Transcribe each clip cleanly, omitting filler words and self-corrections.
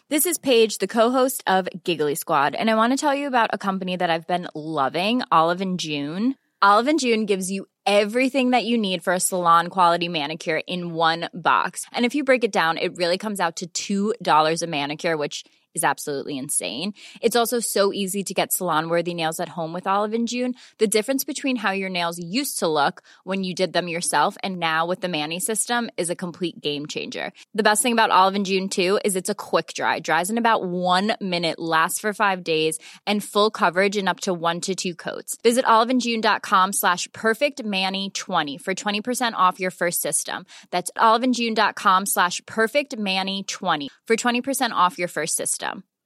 This is Paige, the co-host of Giggly Squad, and I want to tell you about a company that I've been loving, Olive & June. Olive & June gives you everything that you need for a salon-quality manicure in one box. And if you break it down, it really comes out to $2 a manicure, which is absolutely insane. It's also so easy to get salon-worthy nails at home with Olive & June. The difference between how your nails used to look when you did them yourself and now with the Mani system is a complete game changer. The best thing about Olive & June, too, is it's a quick dry. Dries in about 1 minute, lasts for 5 days, and full coverage in up to 1 to 2 coats. Visit oliveandjune.com/perfectmani20 for 20% off your first system. That's oliveandjune.com/perfectmani20 for 20% off your first system.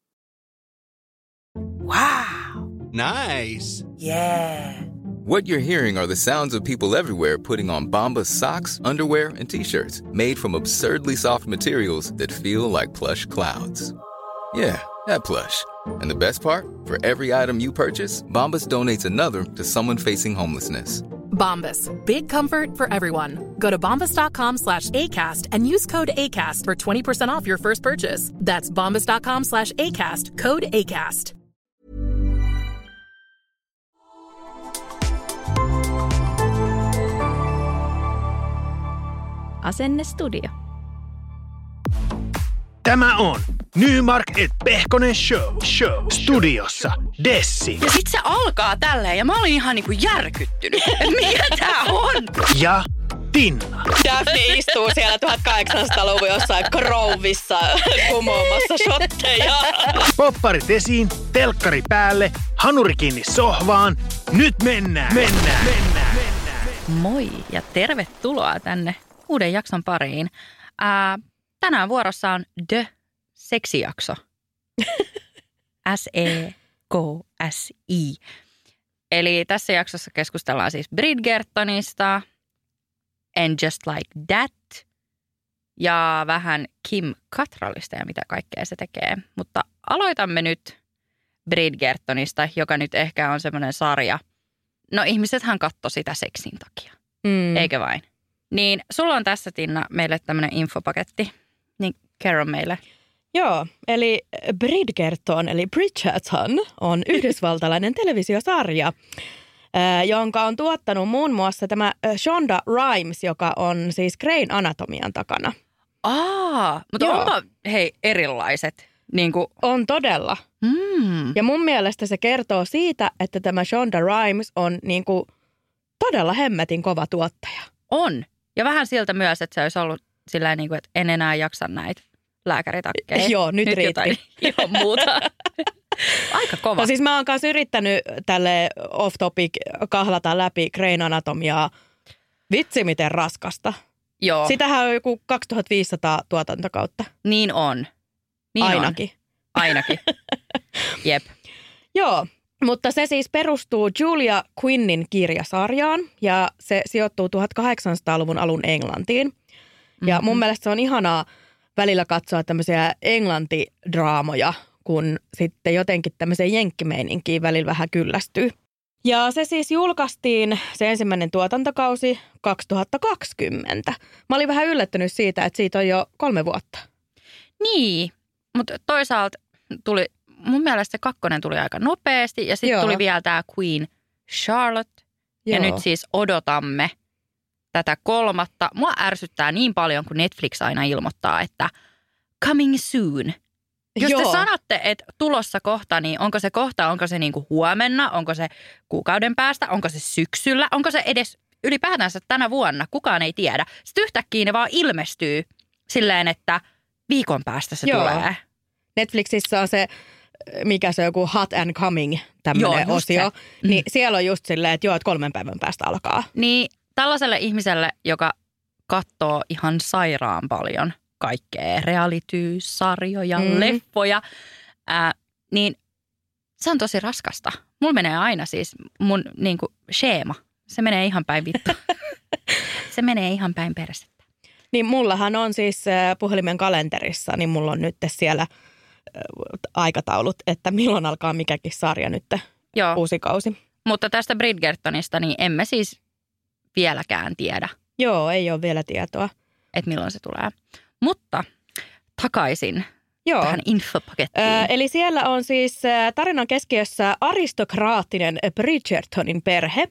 Wow. Nice. Yeah. What you're hearing are the sounds of people everywhere putting on Bombas socks, underwear, and T-shirts made from absurdly soft materials that feel like plush clouds. Yeah, that plush. And the best part? For every item you purchase, Bombas donates another to someone facing homelessness. Bombas. Big comfort for everyone. Go to bombas.com/ACAST and use code ACAST for 20% off your first purchase. That's bombas.com/ACAST. Code ACAST. Asennestudio. Tämä on Nymark et Pehkonen show. Studiossa Dessi. Ja sit se alkaa tälleen ja mä olin ihan niinku järkyttynyt. Mikä tää on? Ja Tinna. Daphne istuu siellä 1800-luvun jossain Grovissa kumoamassa shotteja. Popparit esiin, telkkari päälle, hanuri kiinni sohvaan. Nyt mennään. Moi ja tervetuloa tänne uuden jakson pariin. Tänään vuorossa on The Seksijakso. S-E-K-S-I. Eli tässä jaksossa keskustellaan siis Bridgertonista, And Just Like That ja vähän Kim Cattrallista ja mitä kaikkea se tekee. Mutta aloitamme nyt Bridgertonista, joka nyt ehkä on semmoinen sarja. No ihmisethän katsoi sitä seksin takia, eikö vain? Niin sulla on tässä, Tinna, meille tämmöinen infopaketti. Niin kerro meille. Joo, eli Bridgerton, eli Bridgerton, on yhdysvaltalainen televisiosarja, jonka on tuottanut muun muassa tämä Shonda Rhimes, joka on siis Grayn Anatomian takana. Mutta onpa hei erilaiset. Niinku. On todella. Ja mun mielestä se kertoo siitä, että tämä Shonda Rhimes on niinku todella hemmetin kova tuottaja. On. Ja vähän siltä myös, että se olisi ollut sillä niin kuin, että en enää jaksa näitä lääkäritakkeja. Joo, nyt riitti. Jotain ihan muuta. Aika kova. No siis mä oon kanssa yrittänyt tälle off topic kahlata läpi Grayn Anatomiaa. Vitsi miten raskasta. Joo. Sitähän on joku 2500 tuotantokautta. Niin on. Niin ainakin. On. Ainakin. Jep. Joo. Mutta se siis perustuu Julia Quinnin kirjasarjaan ja se sijoittuu 1800-luvun alun Englantiin. Ja mun mielestä se on ihanaa välillä katsoa tämmöisiä englantidraamoja, kun sitten jotenkin tämmöiseen jenkkimeininkiin välillä vähän kyllästyy. Ja se siis julkaistiin se ensimmäinen tuotantokausi 2020. Mä olin vähän yllättynyt siitä, että siitä on jo 3 vuotta. Niin, mutta toisaalta tuli... Mun mielestä se 2 tuli aika nopeasti ja sitten tuli vielä tämä Queen Charlotte. Joo. Ja nyt siis odotamme tätä 3. Mua ärsyttää niin paljon, kun Netflix aina ilmoittaa, että coming soon. Jos te sanotte, että tulossa kohta, niin onko se kohta, onko se niinku huomenna, onko se kuukauden päästä, onko se syksyllä, onko se edes ylipäätänsä tänä vuonna, kukaan ei tiedä. Sitten yhtäkkiä ne vaan ilmestyy silleen, että viikon päästä se tulee. Netflixissä on se... mikä se on joku hot and coming tämmöinen osio, niin siellä on just silleen, että 3 päivän päästä alkaa. Niin tällaiselle ihmiselle, joka katsoo ihan sairaan paljon kaikkea reality-sarjoja, leffoja, niin se on tosi raskasta. Mulla menee aina siis mun niinku sheema. Se menee ihan päin vittu. Se menee ihan päin persettä. Niin mullahan on siis puhelimen kalenterissa, niin mulla on nyt siellä aikataulut, että milloin alkaa mikäkin sarja nyt, uusi kausi. Mutta tästä Bridgertonista niin emme siis vieläkään tiedä. Joo, ei ole vielä tietoa. Että milloin se tulee. Mutta takaisin tähän infopakettiin. Eli siellä on siis tarinan keskiössä aristokraattinen Bridgertonin perhe.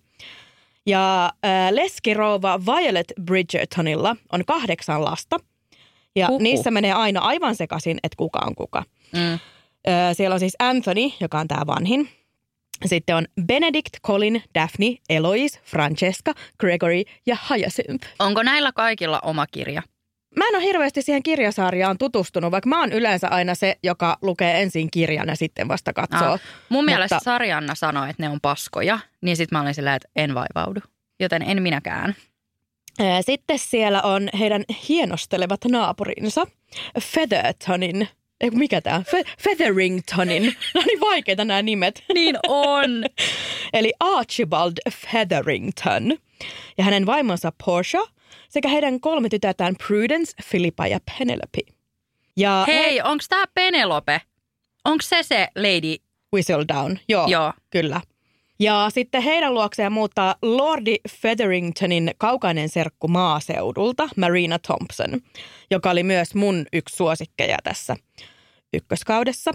Ja leskirouva Violet Bridgertonilla on 8 lasta. Ja niissä menee aina aivan sekaisin, että kuka on kuka. Siellä on siis Anthony, joka on tämä vanhin. Sitten on Benedict, Colin, Daphne, Eloise, Francesca, Gregory ja Hyacinth. Onko näillä kaikilla oma kirja? Mä en ole hirveästi siihen kirjasarjaan tutustunut, vaikka mä oon yleensä aina se, joka lukee ensin kirjan ja sitten vasta katsoo. Mun mielestä Sarjanna sanoi, että ne on paskoja, niin sitten mä olin silleen, että en vaivaudu. Joten en minäkään. Sitten siellä on heidän hienostelevat naapurinsa, Feathertonin. Mikä tää? Featheringtonin. No niin vaikeita nämä nimet. Niin on. Eli Archibald Featherington ja hänen vaimonsa Portia sekä heidän 3 tytärtään Prudence, Philippa ja Penelope. Ja hei, onko tää Penelope? Onko se Lady Whistledown? Joo, kyllä. Ja sitten heidän luokseen muuttaa Lordi Featheringtonin kaukainen serkku maaseudulta, Marina Thompson, joka oli myös mun yksi suosikkeja tässä ykköskaudessa.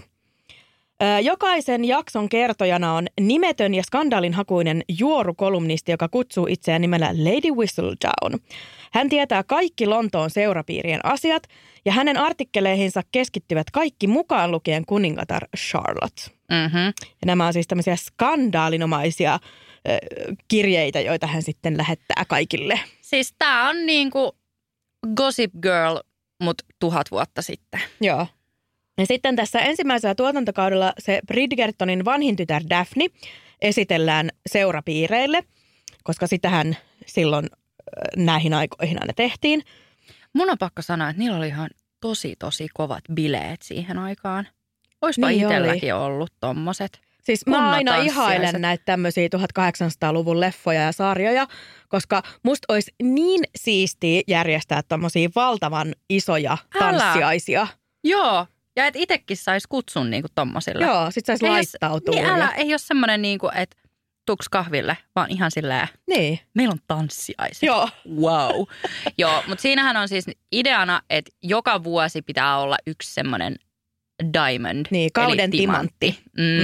Jokaisen jakson kertojana on nimetön ja skandaalinhakuinen juorukolumnisti, joka kutsuu itseään nimellä Lady Whistledown. Hän tietää kaikki Lontoon seurapiirien asiat ja hänen artikkeleihinsa keskittyvät kaikki mukaan lukien kuningatar Charlotte. Mm-hmm. Ja nämä on siis tämmöisiä skandaalinomaisia kirjeitä, joita hän sitten lähettää kaikille. Siis tää on niinku Gossip Girl, mut 1000 vuotta sitten. Joo. Ja sitten tässä ensimmäisellä tuotantokaudella se Bridgertonin vanhin tytär Daphne esitellään seurapiireille, koska sitähän silloin näihin aikoihin aina tehtiin. Mun on pakko sanoa, että niillä oli ihan tosi kovat bileet siihen aikaan. Oispa niin itselläkin ollut tommoset. Siis mä aina ihailen näitä tämmöisiä 1800-luvun leffoja ja sarjoja, koska musta olisi niin siistiä järjestää tommosia valtavan isoja tanssiaisia. Joo. Ja et itekin sais kutsun niinku tommosille. Joo, sit sais laittautua. Ei ole semmoinen niinku, että tuks kahville, vaan ihan silleen, niin. Meillä on tanssiaiset. Joo. Wow. Joo, mutta siinähän on siis ideana, että joka vuosi pitää olla yksi semmoinen diamond. Niin, kauden eli timantti.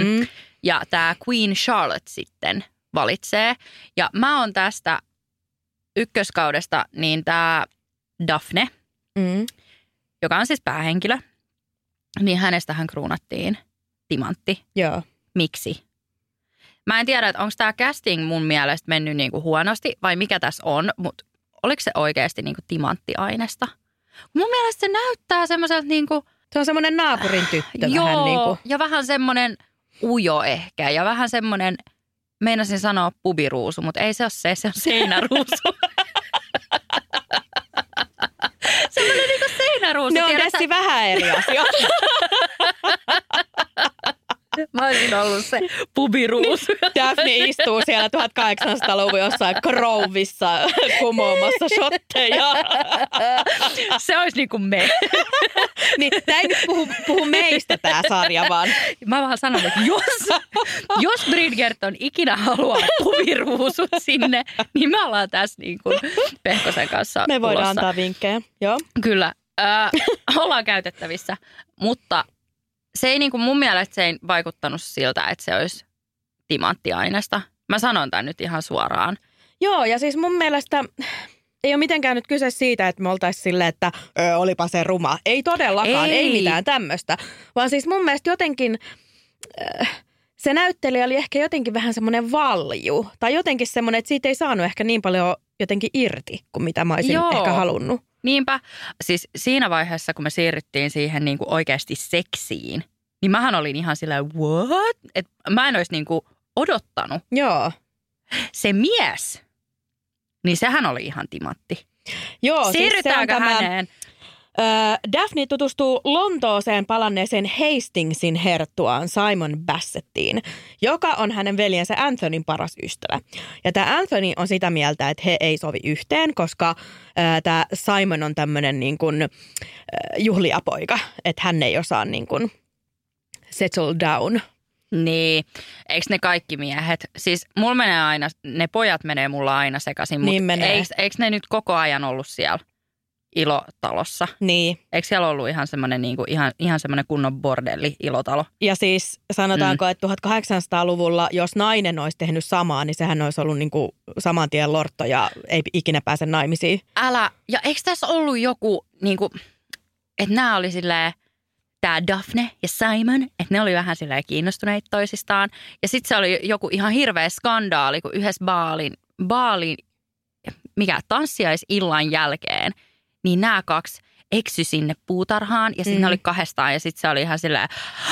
Ja tämä Queen Charlotte sitten valitsee. Ja mä oon tästä ykköskaudesta, niin tämä Daphne, joka on siis päähenkilö, niin hänestähän kruunattiin timantti. Joo. Miksi? Mä en tiedä, että onko tämä casting mun mielestä mennyt niinku huonosti vai mikä tässä on, mutta oliko se oikeasti niinku timanttiainesta? Mun mielestä se näyttää semmoiselta niinku... Se on semmoinen naapurin tyttö joo, vähän niinku. Ja vähän semmoinen ujo ehkä ja vähän semmoinen, meinasin sanoa pubiruusu, mutta ei se ole se on seinäruusu. Semmoinen niinku seinäruusu. Ne on tässä vähän eri asia. Mä olisin ollut se pubiruusu. Daphne istuu siellä 1800-luvun jossain Grovissa kumoamassa shotteja. Se olisi niin kuin me. Niin, tää ei nyt puhu meistä tää sarja, vaan... Mä vaan sanon, että jos Bridgerton ikinä haluaa pubiruusut sinne, niin me ollaan tässä niin kuin Pehkosen kanssa me voidaan tulossa. antaa vinkkejä, joo. Kyllä, ollaan käytettävissä, mutta... Se ei niinku mun mielestä se ei vaikuttanut siltä, että se olisi timanttiainesta. Mä sanon tämän nyt ihan suoraan. Joo, ja siis mun mielestä ei ole mitenkään nyt kyse siitä, että me oltaisiin silleen, että olipa se ruma. Ei todellakaan, ei mitään tämmöistä. Vaan siis mun mielestä jotenkin se näyttelijä oli ehkä jotenkin vähän semmoinen valju. Tai jotenkin semmoinen, että siitä ei saanut ehkä niin paljon jotenkin irti kuin mitä mä olisin ehkä halunnut. Niinpä. Siis siinä vaiheessa, kun me siirryttiin siihen niin kuin oikeasti seksiin, niin mähän olin ihan sillä what? Et mä en olisi niin kuin odottanut. Joo. Se mies, niin sehän oli ihan timantti. Joo, siirrytäänkö siis häneen? Daphne tutustuu Lontooseen palanneeseen Hastingsin herttuaan Simon Bassettiin, joka on hänen veljensä Anthonyn paras ystävä. Ja tämä Anthony on sitä mieltä, että he ei sovi yhteen, koska tämä Simon on tämmöinen niin kuin juhliapoika, että hän ei osaa niin kuin settle down. Niin, eikö ne kaikki miehet? Siis mulla menee aina, ne pojat menee mulla aina sekaisin, mutta niin eikö ne nyt koko ajan ollut siellä? ilotalossa. Niin. Eikö siellä ollut ihan semmoinen niinku, ihan semmoinen kunnon bordelli ilotalo? Ja siis sanotaanko, että 1800-luvulla, jos nainen olisi tehnyt samaa, niin sehän olisi ollut niinku saman tien lortto ja ei ikinä pääse naimisiin. Älä, ja eikö tässä ollut joku, niinku, että nämä oli silleen, tämä Daphne ja Simon, että ne oli vähän silleen kiinnostuneita toisistaan. Ja sitten se oli joku ihan hirveä skandaali, kun yhdessä baalin tanssiaisillan jälkeen, niin nämä kaksi eksy sinne puutarhaan ja sitten ne oli kahdestaan ja sitten se oli ihan silleen,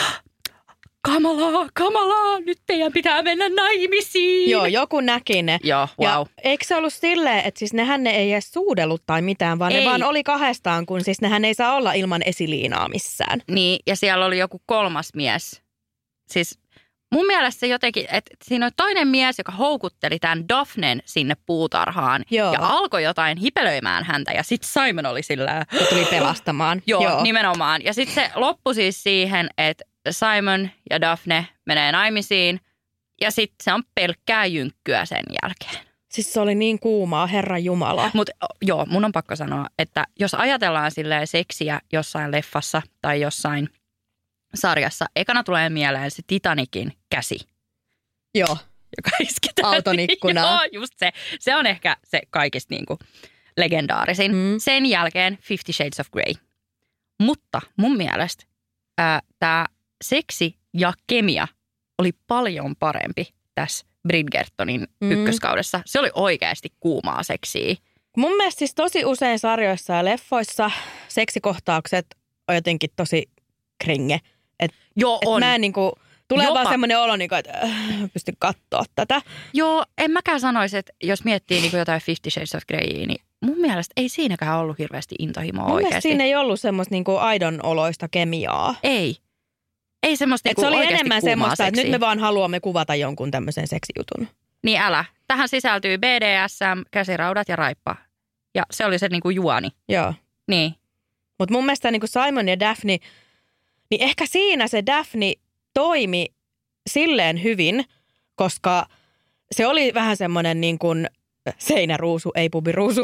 kamalaa, nyt teidän pitää mennä naimisiin. Joo, joku näki ne. Joo, wow. Ja eikö se ollut silleen, että siis nehän ne ei edes suudellut tai mitään, vaan ne vaan oli kahdestaan, kun siis nehän ei saa olla ilman esiliinaa missään. Niin, ja siellä oli joku kolmas mies. Siis mun mielestä se jotenkin, että siinä oli toinen mies, joka houkutteli tämän Daphnen sinne puutarhaan. Joo. Ja alkoi jotain hipelöimään häntä ja sitten Simon oli sillä. Se tuli pelastamaan. Joo, nimenomaan. Ja sitten se loppui siis siihen, että Simon ja Daphne menee naimisiin ja sitten se on pelkkää jynkkyä sen jälkeen. Siis se oli niin kuumaa, Herran Jumala. Mutta joo, mun on pakko sanoa, että jos ajatellaan silleen seksiä jossain leffassa tai jossain sarjassa, ekana tulee mieleen se Titanikin käsi. Joo. Joka isketään. Auton ikkunaa. Joo, just se. Se on ehkä se kaikista niinku legendaarisin. Sen jälkeen 50 Shades of Grey. Mutta mun mielestä tämä seksi ja kemia oli paljon parempi tässä Bridgertonin ykköskaudessa. Se oli oikeasti kuumaa seksiä. Mun mielestä siis tosi usein sarjoissa ja leffoissa seksikohtaukset on jotenkin tosi kringe. Joo, on. Mä en niinku, tulee vaan semmoinen olo, että pystyn katsoa tätä. Joo, en mäkään sanoisi, että jos miettii niinku jotain 50 Shades of Greyia, niin mun mielestä ei siinäkään ollut hirveästi intohimoa mun oikeasti. Mun mielestä siinä ei ollut semmoista niinku aidon oloista kemiaa. Ei semmoista niinku se oli oikeasti enemmän kuumaa semmoista, seksiä. että nyt me vaan haluamme kuvata jonkun tämmöisen seksijutun. Niin älä. Tähän sisältyy BDSM, käsiraudat ja raippa. Ja se oli se niinku juoni. Joo. Niin. Mutta mun mielestä niinku Simon ja Daphne, niin ehkä siinä se Daphne toimi silleen hyvin, koska se oli vähän semmoinen niin kuin seinäruusu, ei pubiruusu.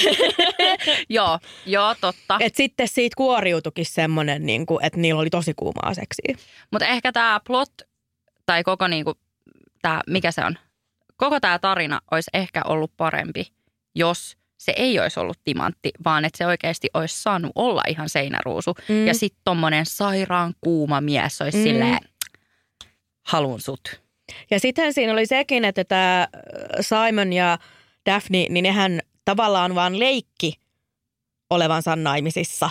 Joo, totta. Et sitten siitä kuoriutukin semmoinen, niin kuin, että niillä oli tosi kuumaa seksiä. Mutta ehkä tämä plot, tai koko niin kuin, tämä, mikä se on, koko tämä tarina olisi ehkä ollut parempi, jos se ei olisi ollut timantti, vaan että se oikeasti olisi saanut olla ihan seinäruusu. Ja sitten tommonen sairaan kuuma mies olisi silleen, halun sut. Ja sitten siinä oli sekin, että tämä Simon ja Daphne, niin nehän tavallaan vaan leikki olevansa naimisissa.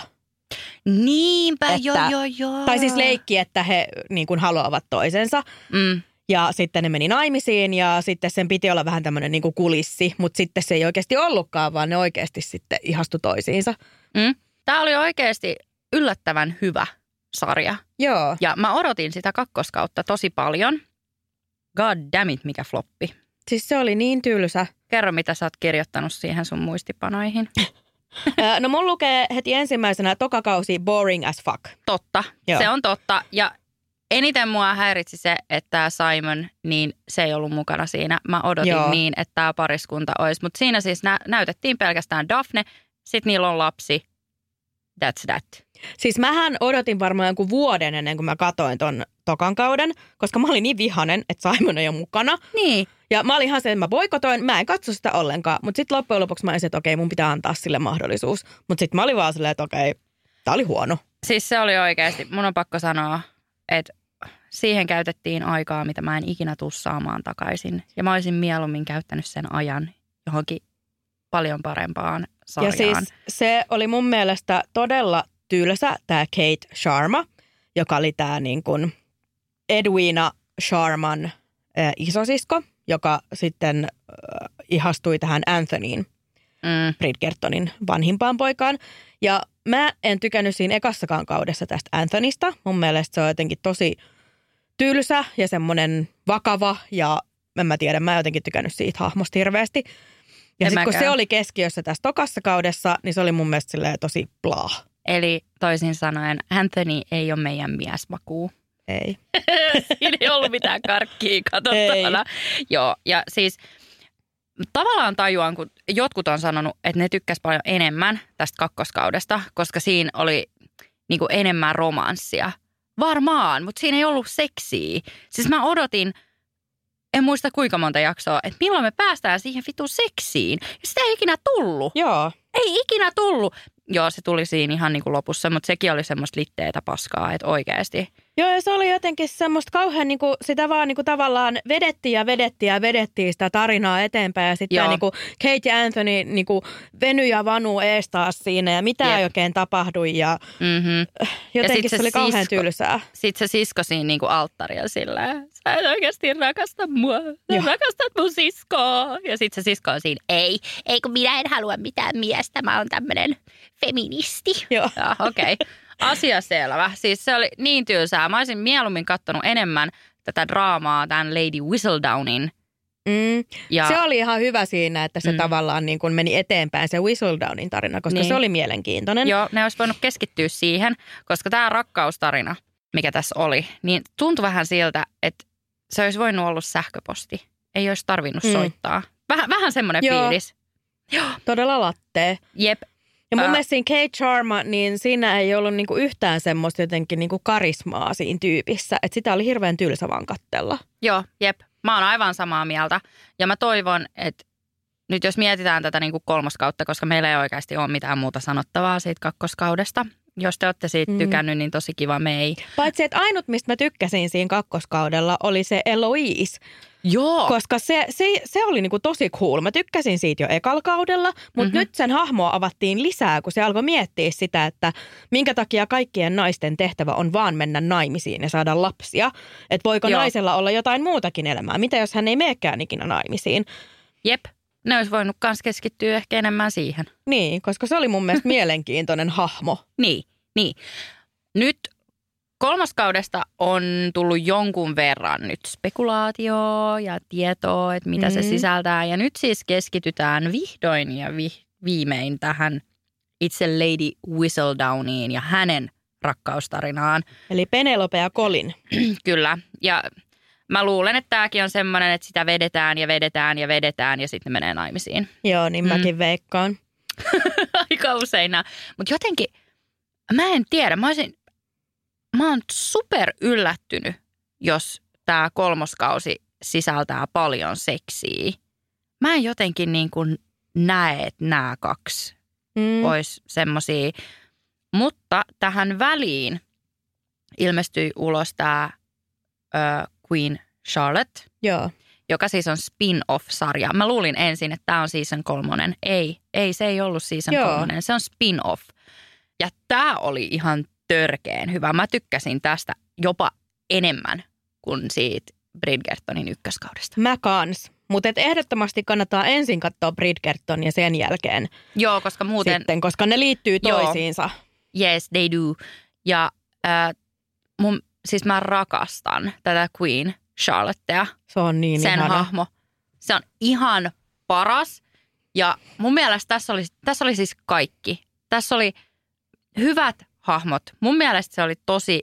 Niinpä, että, joo. Tai siis leikki, että he niin kuin haluavat toisensa. Ja sitten ne meni naimisiin ja sitten sen piti olla vähän tämmöinen niin kuin kulissi, mutta sitten se ei oikeasti ollutkaan, vaan ne oikeasti sitten ihastui toisiinsa. Tämä oli oikeasti yllättävän hyvä sarja. Joo. Ja mä odotin sitä kakkoskautta tosi paljon. God damn it, mikä floppi. Siis se oli niin tylsä. Kerro, mitä sä oot kirjoittanut siihen sun muistipanoihin. No mun lukee heti ensimmäisenä tokakausi boring as fuck. Totta, Joo. Se on totta. Ja eniten mua häiritsi se, että tämä Simon, niin se ei ollut mukana siinä. Mä odotin niin, että tämä pariskunta olisi. Mutta siinä siis näytettiin pelkästään Daphne, sitten niillä on lapsi. That's that. Siis mähän odotin varmaan jonkun vuoden ennen kuin mä katoin ton tokan kauden, koska mä olin niin vihanen, että Simon ei ole mukana. Niin. Ja mä olin ihan se, että mä boikotoin, mä en katso sitä ollenkaan. Mutta sitten loppujen lopuksi mä olisin, että okei, mun pitää antaa sille mahdollisuus. Mutta sitten mä olin vaan silleen, että okei, tää oli huono. Siis se oli oikeasti, mun on pakko sanoa, että siihen käytettiin aikaa, mitä mä en ikinä tuu saamaan takaisin. Ja mä olisin mieluummin käyttänyt sen ajan johonkin paljon parempaan sarjaan. Ja siis se oli mun mielestä todella tylsä, tämä Kate Sharma, joka oli tämä niin kuin Edwina Sharman isosisko, joka sitten ihastui tähän Anthonyin, Bridgertonin vanhimpaan poikaan. Ja mä en tykännyt siinä ekassakaan kaudessa tästä Anthonysta. Mun mielestä se on jotenkin tosi tylsä ja semmoinen vakava ja mä en jotenkin tykännyt siitä hahmosta hirveästi. Ja sitten kun se oli keskiössä tässä tokassa kaudessa, niin se oli mun mielestä tosi blah. Eli toisin sanoen, Anthony ei ole meidän miesmakuu. Ei. Siinä ei ollut mitään karkkia katsottavana. Joo, ja siis tavallaan tajuan, kun jotkut on sanonut, että ne tykkäs paljon enemmän tästä kakkoskaudesta, koska siinä oli niin kuin enemmän romanssia. Varmaan, mutta siinä ei ollut seksiä. Siis mä odotin, en muista kuinka monta jaksoa, että milloin me päästään siihen vitun seksiin. Ja sitä ei ikinä tullut. Joo. Ei ikinä tullut. Joo, se tuli siinä ihan niin kuin lopussa, mutta sekin oli semmoista litteetä paskaa, että oikeasti. Joo, ja se oli jotenkin semmoista kauhean, niin kuin, sitä vaan niin kuin, tavallaan vedettiin sitä tarinaa eteenpäin. Ja sitten niin kuin, Kate ja Anthony niin kuin, veny ja vanu ees taas siinä ja mitään ei oikein tapahdui. Ja jotenkin se oli kauhean tylsää. Sitten se sisko siinä niin kuin alttarilla silleen, sä et oikeasti rakasta mua, sä rakastat mun siskoa. Ja sitten se sisko on siinä, ei kun minä en halua mitään miestä, mä oon tämmönen feministi. Joo. Okei. Asia selvä. Siis se oli niin tylsää. Mä olisin mieluummin katsonut enemmän tätä draamaa tämän Lady Whistledownin. Ja se oli ihan hyvä siinä, että se tavallaan niin kuin meni eteenpäin se Whistledownin tarina, koska se oli mielenkiintoinen. Joo, ne olisi voinut keskittyä siihen, koska tämä rakkaustarina, mikä tässä oli, niin tuntui vähän siltä, että se olisi voinut olla sähköposti. Ei olisi tarvinnut soittaa. Vähän semmoinen fiilis. Joo. Todella lattee. Jep. Ja mun mielestä siinä Kate Sharma, niin siinä ei ollut niinku yhtään semmoista jotenkin niinku karismaa siinä tyypissä. Että sitä oli hirveän tylsä vaan katsella. Joo, jep. Mä oon aivan samaa mieltä. Ja mä toivon, että nyt jos mietitään tätä niinku kolmoskautta, koska meillä ei oikeasti ole mitään muuta sanottavaa siitä kakkoskaudesta. Jos te olette siitä tykännyt, niin tosi kiva me ei. Paitsi, että ainut, mistä mä tykkäsin siinä kakkoskaudella, oli se Eloise. Joo. Koska se oli niinku tosi cool. Mä tykkäsin siitä jo ekalla kaudella, mutta nyt sen hahmoa avattiin lisää, kun se alkoi miettiä sitä, että minkä takia kaikkien naisten tehtävä on vaan mennä naimisiin ja saada lapsia. Että voiko naisella olla jotain muutakin elämää? Mitä jos hän ei meekään ikinä naimisiin? Jep. Ne olisi voinut myös keskittyä ehkä enemmän siihen. Niin, koska se oli mun mielestä mielenkiintoinen hahmo. Niin. Nyt kolmoskaudesta on tullut jonkun verran nyt spekulaatioa ja tietoa, että mitä se sisältää. Ja nyt siis keskitytään vihdoin ja viimein tähän itse Lady Whistledowniin ja hänen rakkaustarinaan. Eli Penelope ja Colin. Kyllä. Ja mä luulen, että tämäkin on semmoinen, että sitä vedetään ja sitten menee naimisiin. Joo, niin mäkin veikkaan. Aika usein. Mutta jotenkin, mä en tiedä. Mä oon super yllättynyt, jos tämä kolmoskausi sisältää paljon seksiä. Mä en jotenkin niin kuin näe, että nämä kaksi olisi semmosia. Mutta tähän väliin ilmestyi ulos tämä Queen Charlotte, joka siis on spin-off-sarja. Mä luulin ensin, että tämä on season 3. Ei, se ei ollut season 3. Se on spin-off. Ja tämä oli ihan törkeen hyvä. Mä tykkäsin tästä jopa enemmän kuin siitä Bridgertonin ykköskaudesta. Mä kans. Mutta ehdottomasti kannattaa ensin katsoa Bridgerton ja sen jälkeen. Joo, koska muuten... Sitten, koska ne liittyy toisiinsa. Yes, they do. Ja siis mä rakastan tätä Queen Charlottea. Se on niin sen ihana. hahmo. Se on ihan paras. Ja mun mielestä tässä oli siis kaikki. Tässä oli hyvät hahmot. Mun mielestä se oli tosi,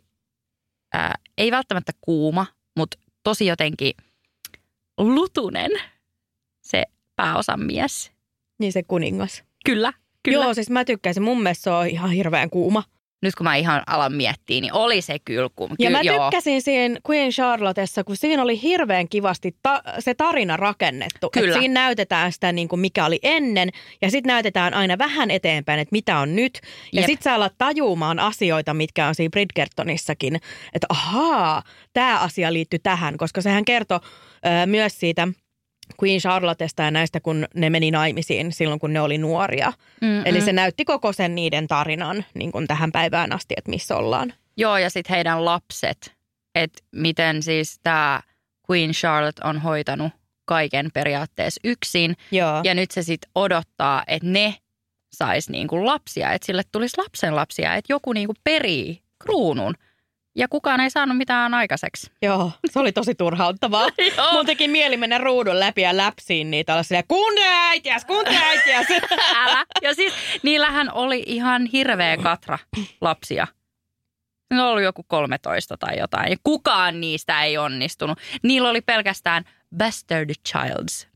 ei välttämättä kuuma, mutta tosi jotenkin lutunen se pääosan mies. Niin se kuningas. Kyllä. Joo, siis mä tykkäsin. Mun mielestä se on ihan hirveän kuuma. Nyt kun mä ihan alan miettiä, niin oli se kyllä kuuma. Ja mä tykkäsin siinä Queen Charlottessa, kun siinä oli hirveän kivasti se tarina rakennettu. Kyllä. Että siinä näytetään sitä, niin kuin mikä oli ennen, ja sitten näytetään aina vähän eteenpäin, että mitä on nyt. Ja sitten saa olla tajumaan asioita, mitkä on siinä Bridgertonissakin. Että ahaa, tämä asia liittyy tähän, koska sehän kertoi myös siitä Queen Charlottesta ja näistä, kun ne meni naimisiin silloin, kun ne oli nuoria. Eli se näytti koko sen niiden tarinan niin kuin tähän päivään asti, että missä ollaan. Joo, ja sitten heidän lapset, että miten siis tämä Queen Charlotte on hoitanut kaiken periaatteessa yksin. Joo. Ja nyt se sitten odottaa, että ne sais niin kuin lapsia, että sille tulisi lapsenlapsia, että joku niin kuin perii kruunun. Ja kukaan ei saanut mitään aikaiseksi. Joo, se oli tosi turhauttavaa. Mun teki mieli mennä ruudun läpi ja läpsiin niitä. Olla silleen, kunnia-äitiäs. Älä. Ja siis niillähän oli ihan hirveä katra lapsia. Ne oli joku 13 tai jotain. Ja kukaan niistä ei onnistunut. Niillä oli pelkästään bastard childs.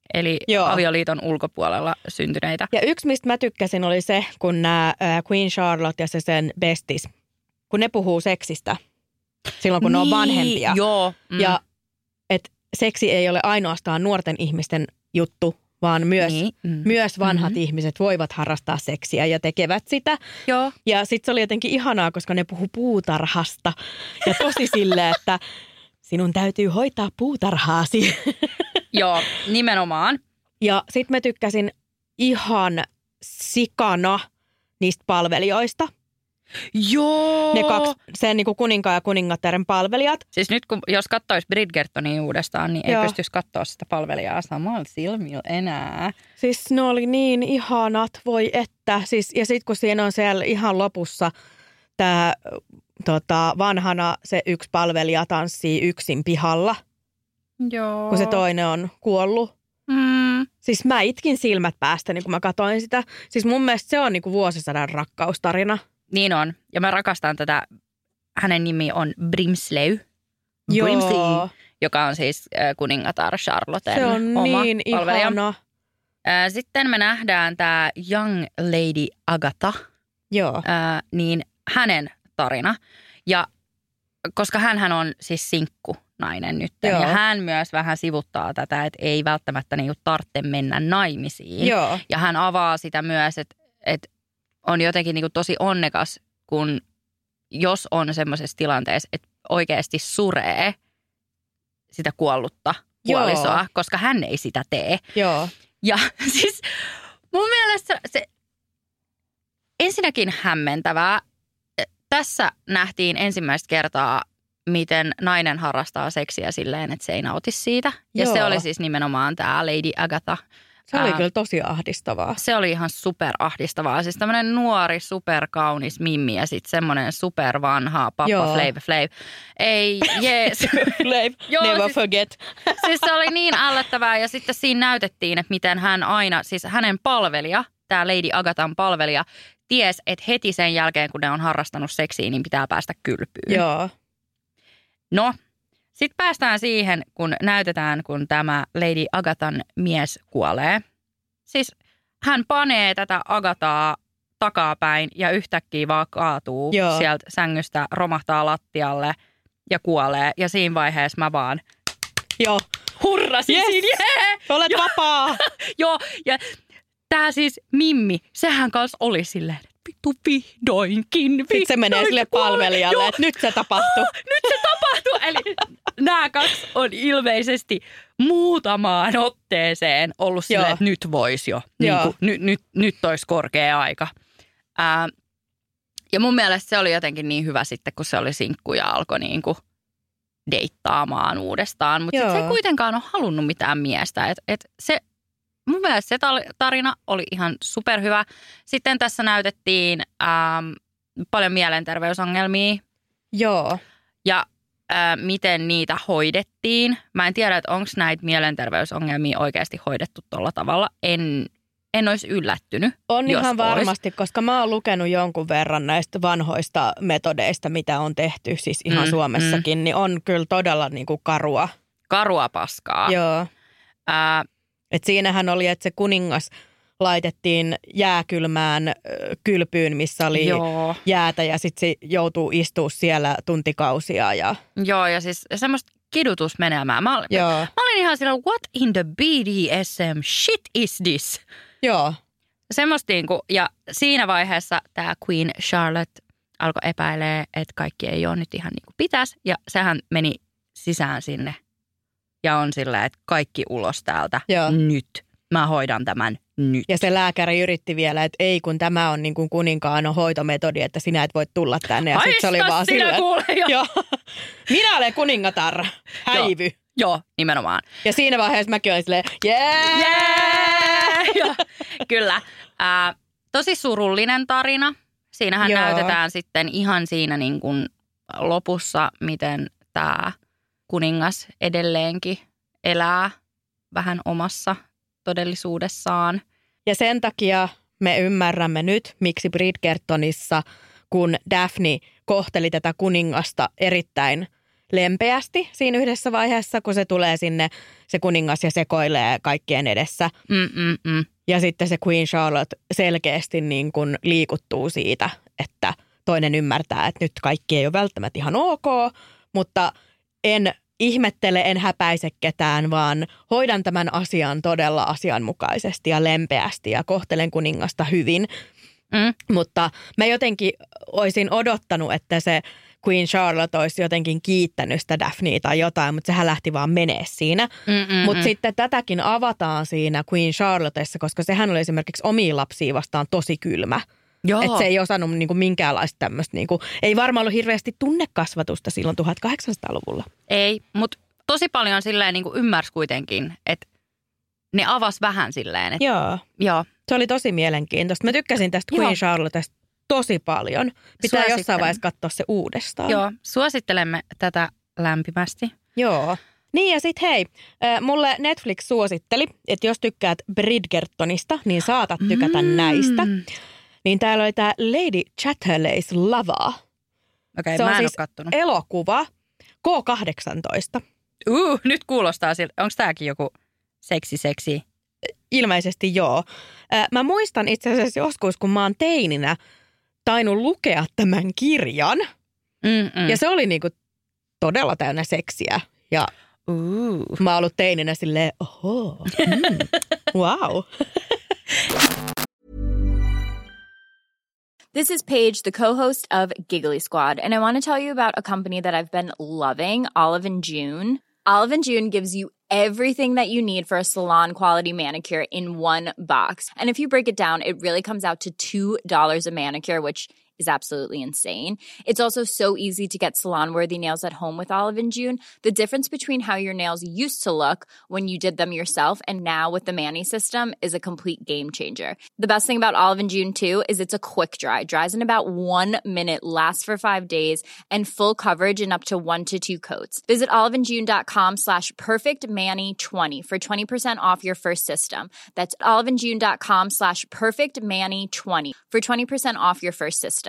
eli avioliiton ulkopuolella syntyneitä. Ja yksi, mistä mä tykkäsin, oli se, kun nämä Queen Charlotte ja se sen bestis, kun ne puhuu seksistä silloin, kun ne on vanhempia. Joo. Ja että seksi ei ole ainoastaan nuorten ihmisten juttu, vaan myös vanhat ihmiset voivat harrastaa seksiä ja tekevät sitä. Joo. Ja sitten se oli jotenkin ihanaa, koska ne puhu puutarhasta ja tosi silleen, että sinun täytyy hoitaa puutarhaasi. Joo, nimenomaan. Ja sitten mä tykkäsin ihan sikana niistä palvelijoista. Joo. Ne kaksi, sen niin kuin kuninkaan ja kuningattaren palvelijat. Siis nyt jos katsoisi Bridgertonia uudestaan, niin ei pystyisi katsoa sitä palvelijaa samalla silmillä enää. Siis ne oli niin ihanat, voi että. Siis, ja sitten kun siinä on siellä ihan lopussa tämä vanhana se yksi palvelija tanssii yksin pihalla. Joo. Kun se toinen on kuollut. Siis mä itkin silmät päästäni, kun mä katsoin sitä. Siis mun mielestä se on niin kuin vuosisadan rakkaustarina. Niin on. Ja mä rakastan tätä. Hänen nimi on Brimsley. Joo. Brimsley, joka on siis kuningatar Charlotten oma niin palvelija. ihana. Sitten me nähdään tämä Young Lady Agatha. Joo. Niin hänen tarina. Ja koska hänhän on siis sinkkunainen nyt. Joo. Ja hän myös vähän sivuttaa tätä, että ei välttämättä niinku tarvitse mennä naimisiin. Joo. Ja hän avaa sitä myös, että on jotenkin niinku tosi onnekas, kun jos on semmoisessa tilanteessa, että oikeasti suree sitä kuollutta puolisoa, koska hän ei sitä tee. Joo. Ja siis mun mielestä se ensinnäkin hämmentävää. Tässä nähtiin ensimmäistä kertaa, miten nainen harrastaa seksiä silleen, että se ei nauti siitä. Ja se oli siis nimenomaan tämä Lady Agatha. Se oli kyllä tosi ahdistavaa. Se oli ihan superahdistavaa. Siis tämmöinen nuori, superkaunis mimmi ja sitten semmoinen supervanha pappa Flav. Ei, jees. Flav, never forget. Siis se oli niin ällöttävää ja sitten siinä näytettiin, että miten hän aina, siis hänen palvelija, tämä Lady Agathan palvelija, ties, että heti sen jälkeen, kun ne on harrastanut seksiä, niin pitää päästä kylpyyn. Joo. No, sitten päästään siihen, kun näytetään, kun tämä Lady Agathan mies kuolee. Siis hän panee tätä Agathaa takapäin ja yhtäkkiä vaan kaatuu sieltä sängystä, romahtaa lattialle ja kuolee. Ja siinä vaiheessa mä vaan hurrasin siinä. Olet vapaa! Joo, ja tää siis Mimmi, sehän kanssa oli silleen, että vittu vihdoinkin. Sitten se menee sille palvelijalle, että nyt se tapahtuu. Nyt se tapahtuu. Eli nämä kaksi on ilmeisesti muutamaan otteeseen ollut silleen, että nyt voisi jo. Nyt olisi korkea aika. Ja mun mielestä se oli jotenkin niin hyvä sitten, kun se oli sinkku ja alkoi niin kuin deittaamaan uudestaan. Mutta sitten se ei kuitenkaan ole halunnut mitään miestä. Mun mielestä se tarina oli ihan superhyvä. Sitten tässä näytettiin paljon mielenterveysongelmia. Joo. Ja miten niitä hoidettiin. Mä en tiedä, että onko näitä mielenterveysongelmia oikeasti hoidettu tuolla tavalla. En olisi yllättynyt. On ihan varmasti, koska mä oon lukenut jonkun verran näistä vanhoista metodeista, mitä on tehty, siis ihan Suomessakin, niin on kyllä todella niin kuin karua. Karua paskaa. Joo. Et siinähän oli, että se kuningas laitettiin jääkylmään kylpyyn, missä oli jäätä ja sitten se joutuu istumaan siellä tuntikausia. Joo, ja siis semmoista kidutusmenemää. Mä olin ihan sillä, what in the BDSM shit is this? Joo. Semmoista niinku, ja siinä vaiheessa tämä Queen Charlotte alkoi epäilee, että kaikki ei ole nyt ihan niin kuin pitäisi. Ja sehän meni sisään sinne ja on sillä, että kaikki ulos täältä nyt. Mä hoidan tämän nyt. Ja se lääkäri yritti vielä, että ei kun tämä on niin kuin kuninkaan hoitometodi, että sinä et voi tulla tänne. Ja sitten se oli vaan sinä kuule jo. Minä olen kuningatar. Häivy. Joo, nimenomaan. Ja siinä vaiheessa mäkin olin silleen, Kyllä. Tosi surullinen tarina. Siinähän näytetään sitten ihan siinä niin kuin lopussa, miten tämä kuningas edelleenkin elää vähän omassa todellisuudessaan. Ja sen takia me ymmärrämme nyt, miksi Bridgertonissa, kun Daphne kohteli tätä kuningasta erittäin lempeästi siinä yhdessä vaiheessa, kun se tulee sinne, se kuningas ja sekoilee kaikkien edessä. Ja sitten se Queen Charlotte selkeästi niin kuin liikuttuu siitä, että toinen ymmärtää, että nyt kaikki ei ole välttämättä ihan ok, mutta en ihmettele, en häpäise ketään, vaan hoidan tämän asian todella asianmukaisesti ja lempeästi ja kohtelen kuningasta hyvin. Mutta mä jotenkin olisin odottanut, että se Queen Charlotte olisi jotenkin kiittänyt sitä Daphnea tai jotain, mutta sehän lähti vaan menee siinä. Mutta sitten tätäkin avataan siinä Queen Charlottessa, koska sehän oli esimerkiksi omia lapsia vastaan tosi kylmä. Että se ei osannut niinku minkäänlaista tämmöistä, niinku, ei varmaan ollut hirveästi tunnekasvatusta silloin 1800-luvulla. Ei, mutta tosi paljon silleen niinku ymmärsi kuitenkin, että ne avasi vähän silleen. Että Joo. Se oli tosi mielenkiintoista. Mä tykkäsin tästä Queen Charlottesta tosi paljon. Pitää jossain vaiheessa katsoa se uudestaan. Joo, suosittelemme tätä lämpimästi. Joo. Niin ja sit hei, mulle Netflix suositteli, että jos tykkäät Bridgertonista, niin saatat tykätä näistä. Niin täällä oli tää Lady Chatterley's Lover. Okei, se mä on en siis ole kattonut. Elokuva K18. Nyt kuulostaa siltä. Onko tääkin joku seksi? Ilmeisesti joo. Mä muistan itse asiassa joskus, kun mä oon teininä tainnut lukea tämän kirjan. Ja se oli niinku todella täynnä seksiä. Ja mä oon ollut teininä silleen, wow. This is Paige, the co-host of Giggly Squad, and I want to tell you about a company that I've been loving, Olive & June. Olive & June gives you everything that you need for a salon-quality manicure in one box. And if you break it down, it really comes out to $2 a manicure, which is absolutely insane. It's also so easy to get salon-worthy nails at home with Olive & June. The difference between how your nails used to look when you did them yourself and now with the Mani system is a complete game changer. The best thing about Olive & June, too, is it's a quick dry. Dries in about 1 minute, lasts for 5 days, and full coverage in up to 1 to 2 coats. Visit oliveandjune.com/perfectmani20 for 20% off your first system. That's oliveandjune.com/perfectmani20 for 20% off your first system.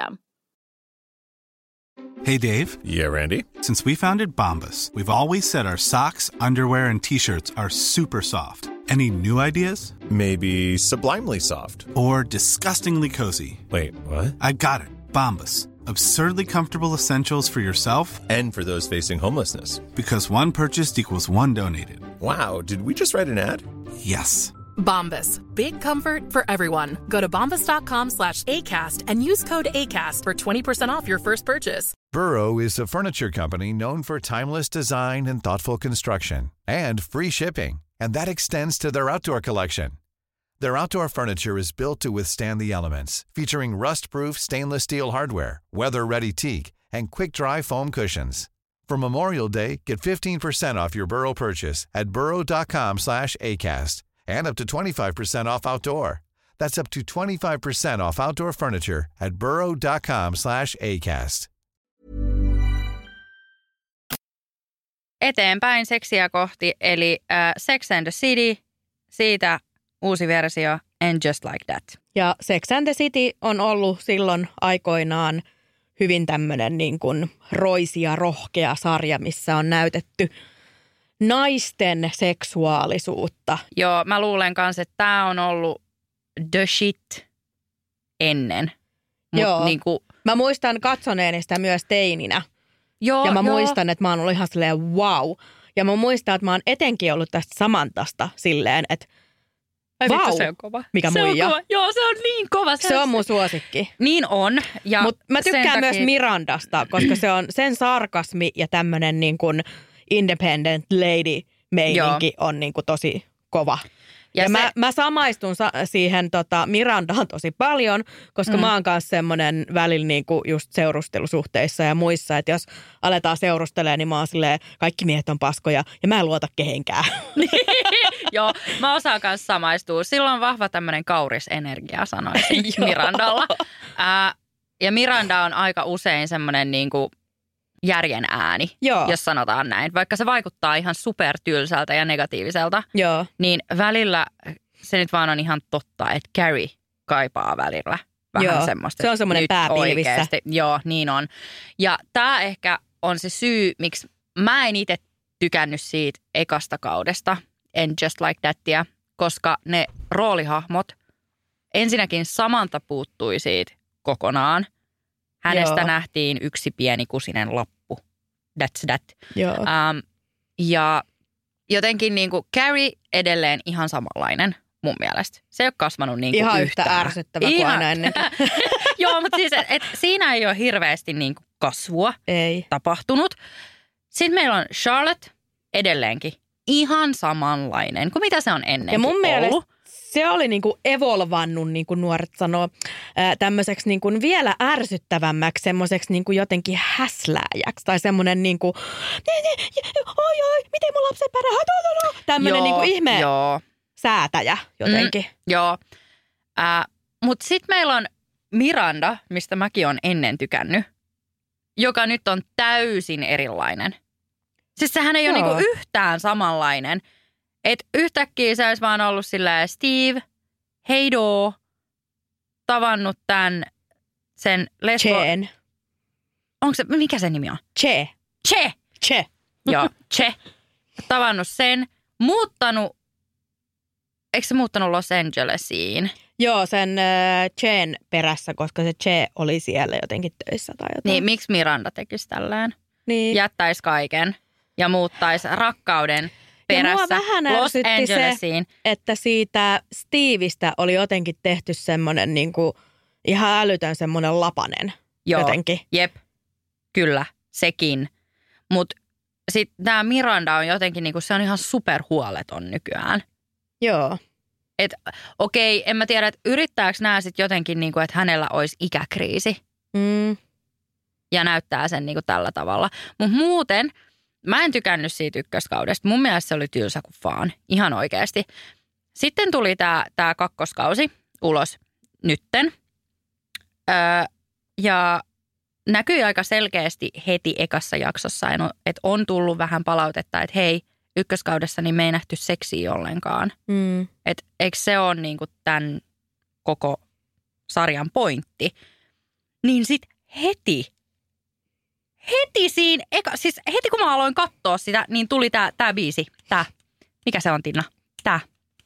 Hey, Dave. Yeah, Randy. Since we founded Bombas, we've always said our socks, underwear, and T-shirts are super soft. Any new ideas? Maybe sublimely soft. Or disgustingly cozy. Wait, what? I got it. Bombas. Absurdly comfortable essentials for yourself and for those facing homelessness. Because one purchased equals one donated. Wow, did we just write an ad? Yes. Bombas. Big comfort for everyone. Go to bombas.com/ACAST and use code ACAST for 20% off your first purchase. Burrow is a furniture company known for timeless design and thoughtful construction and free shipping. And that extends to their outdoor collection. Their outdoor furniture is built to withstand the elements, featuring rust-proof stainless steel hardware, weather-ready teak, and quick-dry foam cushions. For Memorial Day, get 15% off your Burrow purchase at burrow.com/ACAST. And up to 25% off outdoor. That's up to 25% off outdoor furniture at burrow.com/ACAST. Eteenpäin seksiä kohti, eli Sex and the City, siitä uusi versio, And Just Like That. Ja Sex and the City on ollut silloin aikoinaan hyvin tämmöinen niin kuin roisi ja rohkea sarja, missä on näytetty naisten seksuaalisuutta. Joo, mä luulen kanssa, että tää on ollut the shit ennen. Joo, niinku mä muistan katsoneeni sitä myös teininä. Joo, ja mä muistan, että mä oon ollut ihan silleen wow. Ja mä muistan, että mä oon etenkin ollut tästä Samanthasta silleen, että wow, se on kova. Mikä se muija. On kova. Joo, se on niin kova. Se on mun suosikki. Niin on. Mutta mä tykkään myös Mirandasta, koska se on sen sarkasmi ja tämmönen niin kuin independent lady meininki on niin kuin tosi kova. Ja mä samaistun siihen Mirandaan tosi paljon, koska mä oon kanssa semmoinen välillä niinku just seurustelusuhteissa ja muissa, että jos aletaan seurustelemaan, niin mä oon silleen, kaikki miehet on paskoja ja mä en luota kehenkään. Joo, mä osaan kanssa samaistua. Silloin on vahva tämmöinen kaurisenergia, sanoisin Mirandalla. Ja Miranda on aika usein semmoinen niinku järjen ääni, jos sanotaan näin. Vaikka se vaikuttaa ihan supertylsältä ja negatiiviselta, niin välillä se nyt vaan on ihan totta, että Carrie kaipaa välillä vähän semmoista. Se on semmoinen pääpilvissä. Oikeasti. Joo, niin on. Ja tämä ehkä on se syy, miksi mä en itse tykännyt siitä ekasta kaudesta, en Just Like Thatia, koska ne roolihahmot, ensinnäkin Samantha puuttui siitä kokonaan. Hänestä nähtiin yksi pieni kusinen lappu. That's that. Ja jotenkin niin kuin Carrie edelleen ihan samanlainen mun mielestä. Se ei ole kasvanut niin kuin ihan yhtään. yhtä ärsyttävä kuin aina ennenkin. Joo, mutta siis siinä ei ole hirveästi niin kuin kasvua tapahtunut. Sitten meillä on Charlotte edelleenkin ihan samanlainen kuin mitä se on ennenkin ja mun ollut. mielestä se oli niinku evolvannut, niin kuin nuoret sanoo, tämmöiseksi niinku vielä ärsyttävämmäksi, semmoiseksi niinku jotenkin häslääjäksi. Tai semmoinen niinku, oi, miten mun lapsen pärjää, tämmöinen niinku ihme säätäjä jotenkin. Joo, mutta sitten meillä on Miranda, mistä mäkin olen ennen tykännyt, joka nyt on täysin erilainen. Siis sehän ei ole niinku yhtään samanlainen. Että yhtäkkiä se olisi vaan ollut silleen Steve, heidoo, tavannut sen lesbo... Cheen. Onko se, mikä sen nimi on? Che. Joo, Che. Tavannut sen, muuttanut, eikö se muuttanut Los Angelesiin? Joo, sen Cheen perässä, koska se Che oli siellä jotenkin töissä tai jotain. Niin, miksi Miranda tekisi tällään? Niin. Jättäisi kaiken ja muuttaisi rakkauden perässä ja mua vähän Los Angelesiin. Se, että siitä Steveistä oli jotenkin tehty semmoinen niinku ihan älytön semmoinen lapanen. Joo, jotenkin. Jep, kyllä, sekin. Mutta sitten tämä Miranda on jotenkin, niinku, se on ihan superhuoleton nykyään. Joo. Et okei, en mä tiedä, että yrittääkö nämä sitten jotenkin, niinku, että hänellä olisi ikäkriisi. Ja näyttää sen niinku tällä tavalla. Mutta muuten... Mä en tykännyt siitä ykköskaudesta. Mun mielestä se oli tylsä kuin vaan. Ihan oikeasti. Sitten tuli tää kakkoskausi ulos nytten. Ja näkyi aika selkeästi heti ekassa jaksossa, että on tullut vähän palautetta, että hei, ykköskaudessa niin me ei nähty seksiä ollenkaan. Että eikö se ole niinku tämän koko sarjan pointti? Niin sit heti siinä, siis heti kun mä aloin katsoa sitä, niin tuli tää biisi. Mikä se on, Tinna? Tää.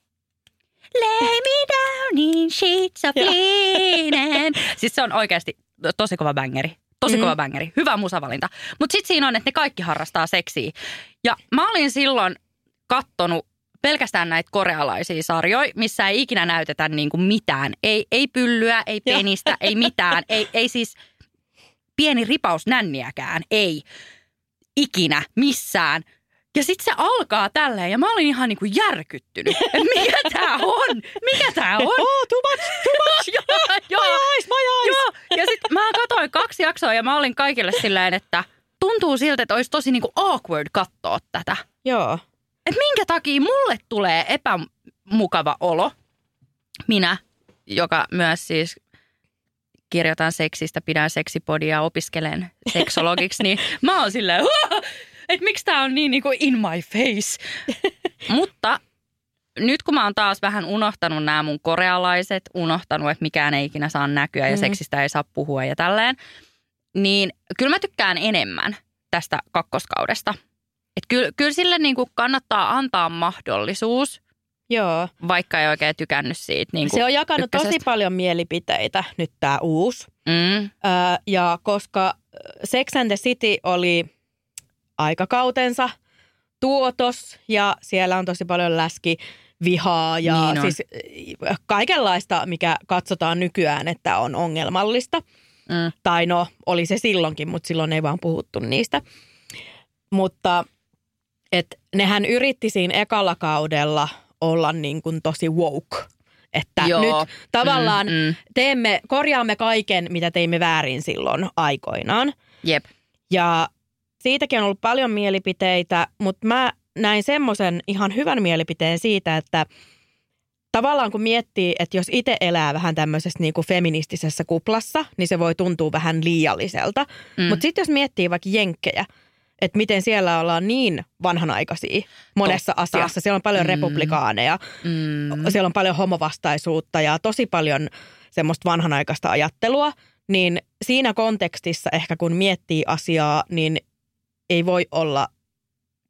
Lay me down in sheets of linen. Siis se on oikeasti tosi kova bängeri. Kova bängeri. Hyvä musavalinta. Mutta sitten siinä on, että ne kaikki harrastaa seksiä. Ja mä olin silloin kattonut pelkästään näitä korealaisia sarjoja, missä ei ikinä näytetä niinku mitään. Ei pyllyä, ei penistä, ei mitään. Ei siis... pieni ripaus nänniäkään, ei ikinä missään. Ja sitten se alkaa tälleen ja mä olin ihan niinku järkyttynyt. Mikä tää on? Too much. Joo. My eyes. Joo. Ja sitten mä katsoin 2 jaksoa ja mä olin kaikille silleen, että tuntuu siltä, että olisi tosi niinku awkward katsoa tätä. Joo. Et minkä takia mulle tulee epämukava olo. Minä, joka myös siis... kirjoitan seksistä, pidän seksipodia ja opiskelen seksologiksi, niin mä oon silleen, että miksi tää on niin kuin in my face. Mutta nyt kun mä oon taas vähän unohtanut nämä mun korealaiset, unohtanut, että mikään ei ikinä saa näkyä ja seksistä ei saa puhua ja tälleen, niin kyllä mä tykkään enemmän tästä kakkoskaudesta. Että kyllä sille niin kuin kannattaa antaa mahdollisuus. Joo. Vaikka ei oikein tykännyt siitä. Niin se on jakanut ykkösestä tosi paljon mielipiteitä, nyt tämä uusi. Ja koska Sex and the City oli aikakautensa tuotos ja siellä on tosi paljon läskivihaa ja niin siis kaikenlaista, mikä katsotaan nykyään, että on ongelmallista. Tai no, oli se silloinkin, mutta silloin ei vaan puhuttu niistä. Mutta nehän yritti siinä ekalla kaudella olla niin kuin tosi woke. Että nyt tavallaan korjaamme kaiken, mitä teimme väärin silloin aikoinaan. Jep. Ja siitäkin on ollut paljon mielipiteitä, mutta mä näin semmoisen ihan hyvän mielipiteen siitä, että tavallaan kun miettii, että jos itse elää vähän tämmöisessä niin kuin feministisessä kuplassa, niin se voi tuntua vähän liialliselta. Mutta sitten jos miettii vaikka jenkkejä, että miten siellä ollaan niin vanhanaikaisia monessa asiassa. Siellä on paljon republikaaneja, siellä on paljon homovastaisuutta ja tosi paljon semmoista vanhanaikaista ajattelua. Niin siinä kontekstissa ehkä kun miettii asiaa, niin ei voi olla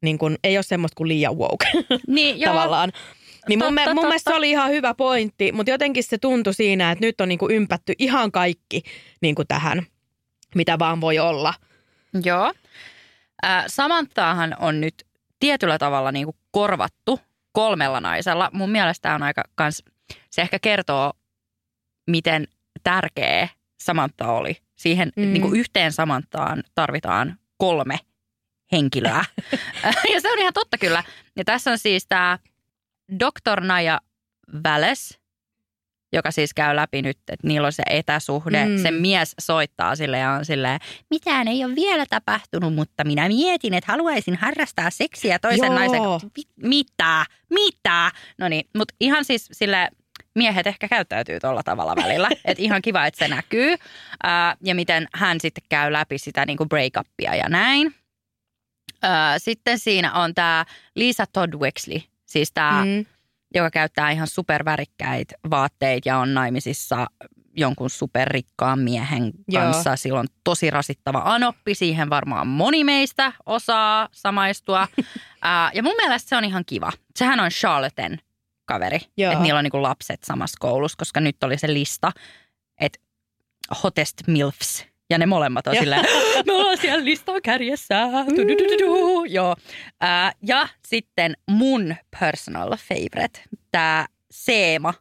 niin kuin, ei ole semmoista kuin liian woke niin, tavallaan. Niin mun mielestä se oli ihan hyvä pointti, mutta jotenkin se tuntui siinä, että nyt on niin kuin ympätty ihan kaikki niin kuin tähän, mitä vaan voi olla. Joo. Samanthaahan on nyt tietyllä tavalla niin kuin korvattu 3 naisella. Mun mielestä tämä on aika kans, se ehkä kertoo, miten tärkeä Samantha oli. Siihen niin kuin yhteen Samanthaan tarvitaan 3 henkilöä. Ja se on ihan totta kyllä. Ja tässä on siis tämä Dr. Naya Valles, joka siis käy läpi nyt, että niillä on se etäsuhde. Se mies soittaa sille ja on silleen, mitään ei ole vielä tapahtunut, mutta minä mietin, että haluaisin harrastaa seksiä toisen naisen. Mitä? No niin, mutta ihan siis silleen, miehet ehkä käyttäytyy tuolla tavalla välillä. Että ihan kiva, että se näkyy. Ja miten hän sitten käy läpi sitä niin kuin break-upia ja näin. Sitten siinä on tämä Lisa Todd Wexley. Siis tämä, joka käyttää ihan supervärikkäitä vaatteita ja on naimisissa jonkun superrikkaan miehen kanssa. Joo. Sillä on tosi rasittava anoppi. Siihen varmaan moni meistä osaa samaistua. Ja mun mielestä se on ihan kiva. Sehän on Charlotten kaveri. Että niillä on niinku lapset samassa koulussa, koska nyt oli se lista, että hottest milfs. Ja ne molemmat on silleen, me ollaan siellä listan kärjessä. Joo. Ja sitten mun personal favorite, tämä Siima,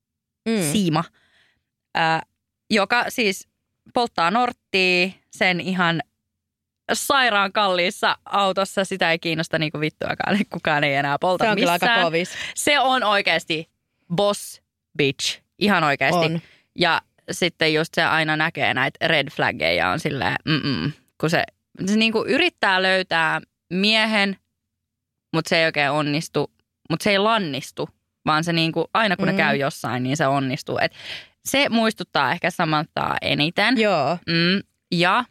joka siis polttaa norttia sen ihan sairaan kalliissa autossa. Sitä ei kiinnosta niinku vittuakaan, kukaan ei enää polta missään. Se on kyllä aika kovis. Se on oikeasti boss bitch, ihan oikeasti. On. Ja sitten just se aina näkee näitä red flaggeja on silleen, kun se niinku yrittää löytää miehen, mutta se ei oikein onnistu, mutta se ei lannistu, vaan se niinku, aina kun ne käy jossain, niin se onnistuu. Et se muistuttaa ehkä Samanthaa eniten. Joo. Ja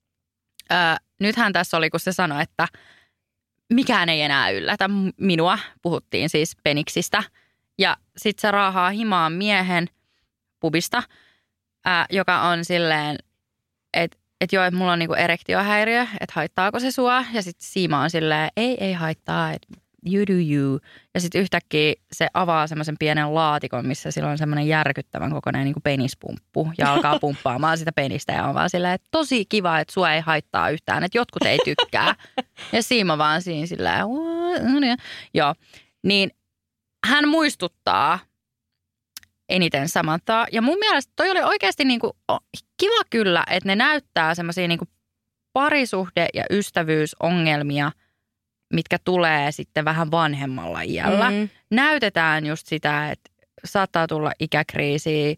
nythän tässä oli, kun se sanoi, että mikään ei enää yllätä minua, puhuttiin siis peniksistä. Ja sitten se raahaa himaan miehen pubista, joka on silleen, että joo, että mulla on niinku erektiohäiriö, että haittaako se sua? Ja sitten Siima on silleen, ei haittaa, että you do you. Ja sitten yhtäkkiä se avaa semmoisen pienen laatikon, missä sillä on semmoinen järkyttävän kokoinen niinku penispumppu. Ja alkaa pumppaamaan sitä penistä ja on vaan silleen, että tosi kiva, että sua ei haittaa yhtään, että jotkut ei tykkää. Ja Siima vaan siinä silleen, joo. Niin hän muistuttaa eniten Samanthaa. Ja mun mielestä toi oli oikeasti niinku kiva kyllä, että ne näyttää semmoisia niinku parisuhde- ja ystävyysongelmia, mitkä tulee sitten vähän vanhemmalla iällä. Näytetään just sitä, että saattaa tulla ikäkriisiä,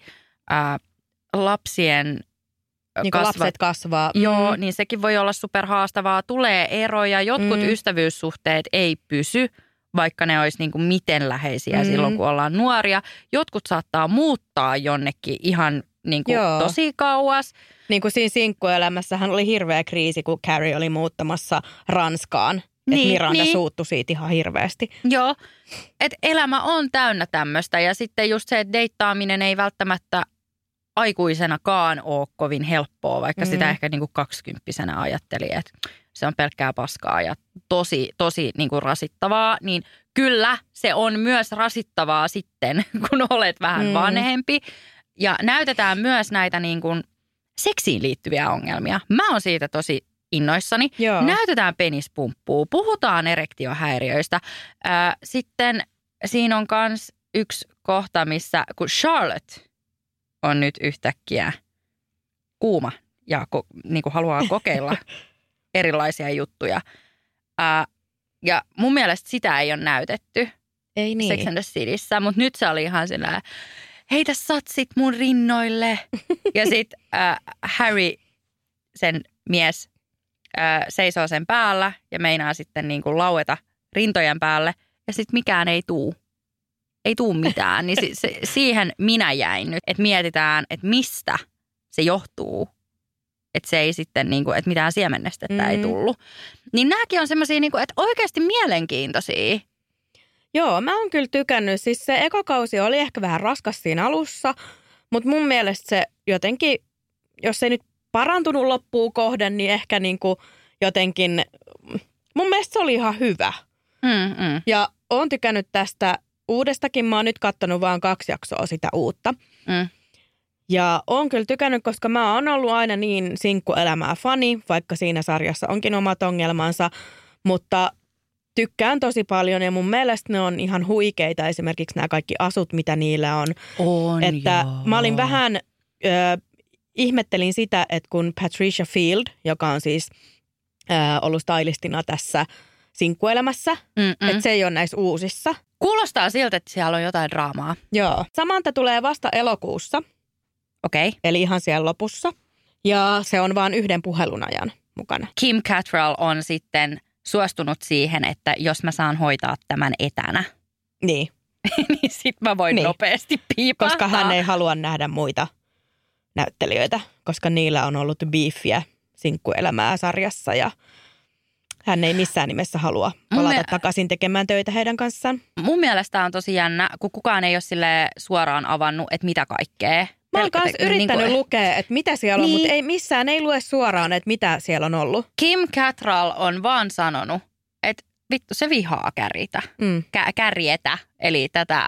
lapsien niin lapset kasvaa. Joo, niin sekin voi olla superhaastavaa. Tulee eroja, jotkut ystävyyssuhteet ei pysy, vaikka ne olisi niin kuin miten läheisiä silloin, kun ollaan nuoria. Jotkut saattaa muuttaa jonnekin ihan niin kuin tosi kauas. Niin kuin siinä sinkkuelämässähän oli hirveä kriisi, kun Carrie oli muuttamassa Ranskaan. Että Miranda suuttui siitä ihan hirveästi. Joo, että elämä on täynnä tämmöistä. Ja sitten just se, että deittaaminen ei välttämättä aikuisenakaan ole kovin helppoa, vaikka sitä ehkä niin kuin 20-vuotiaana ajatteli, että se on pelkkää paskaa ja tosi niin kuin rasittavaa, niin kyllä se on myös rasittavaa sitten, kun olet vähän vanhempi. Ja näytetään myös näitä niin kuin seksiin liittyviä ongelmia. Mä oon siitä tosi innoissani. Joo. Näytetään penispumppua, puhutaan erektiohäiriöistä. Sitten siinä on myös yksi kohta, missä kun Charlotte on nyt yhtäkkiä kuuma ja niin kuin haluaa kokeilla erilaisia juttuja. Ja mun mielestä sitä ei ole näytetty ei niin. Sex and the Cityssä, mutta nyt se oli ihan sillä heitä satsit mun rinnoille. Ja sitten Harry, sen mies, seisoo sen päällä ja meinaa sitten niin kuin laueta rintojen päälle. Ja sitten mikään ei tuu. Ei tuu mitään. Niin siihen minä jäin nyt, että mietitään, että mistä se johtuu. Että se ei sitten, niin kuin, että mitään siemennestettä ei tullut. Niin nämäkin on semmoisia, niin kuin, että oikeasti mielenkiintoisia. Joo, mä oon kyllä tykännyt. Siis se eka kausi oli ehkä vähän raskas siinä alussa, mutta mun mielestä se jotenkin, jos ei nyt parantunut loppuun kohden, niin ehkä niin kuin jotenkin, mun mielestä se oli ihan hyvä. Ja oon tykännyt tästä uudestakin. Mä oon nyt kattonut vaan 2 jaksoa sitä uutta. Ja oon kyllä tykännyt, koska mä oon ollut aina niin sinkkuelämää fani, vaikka siinä sarjassa onkin omat ongelmansa. Mutta tykkään tosi paljon ja mun mielestä ne on ihan huikeita. Esimerkiksi nämä kaikki asut, mitä niillä on. Että mä olin vähän, ihmettelin sitä, että kun Patricia Field, joka on siis ollut stylistina tässä sinkkuelämässä, että se ei ole näissä uusissa. Kuulostaa siltä, että siellä on jotain draamaa. Joo. Samantha tulee vasta elokuussa. Okei. Eli ihan siellä lopussa. Ja se on vaan 1 puhelun ajan mukana. Kim Cattrall on sitten suostunut siihen, että jos mä saan hoitaa tämän etänä. Niin. niin sit mä voin nopeasti piipahtaa. Koska hän ei halua nähdä muita näyttelijöitä, koska niillä on ollut beefiä sinkkuelämää sarjassa ja hän ei missään nimessä halua palata takaisin tekemään töitä heidän kanssaan. Mun mielestä on tosi jännä, kun kukaan ei ole sille suoraan avannut, että mitä kaikkea. Mä oon kanssa yrittänyt lukea, että mitä siellä on, mutta ei missään ei lue suoraan, että mitä siellä on ollut. Kim Cattrall on vaan sanonut, että vittu se vihaa kärjetä, eli tätä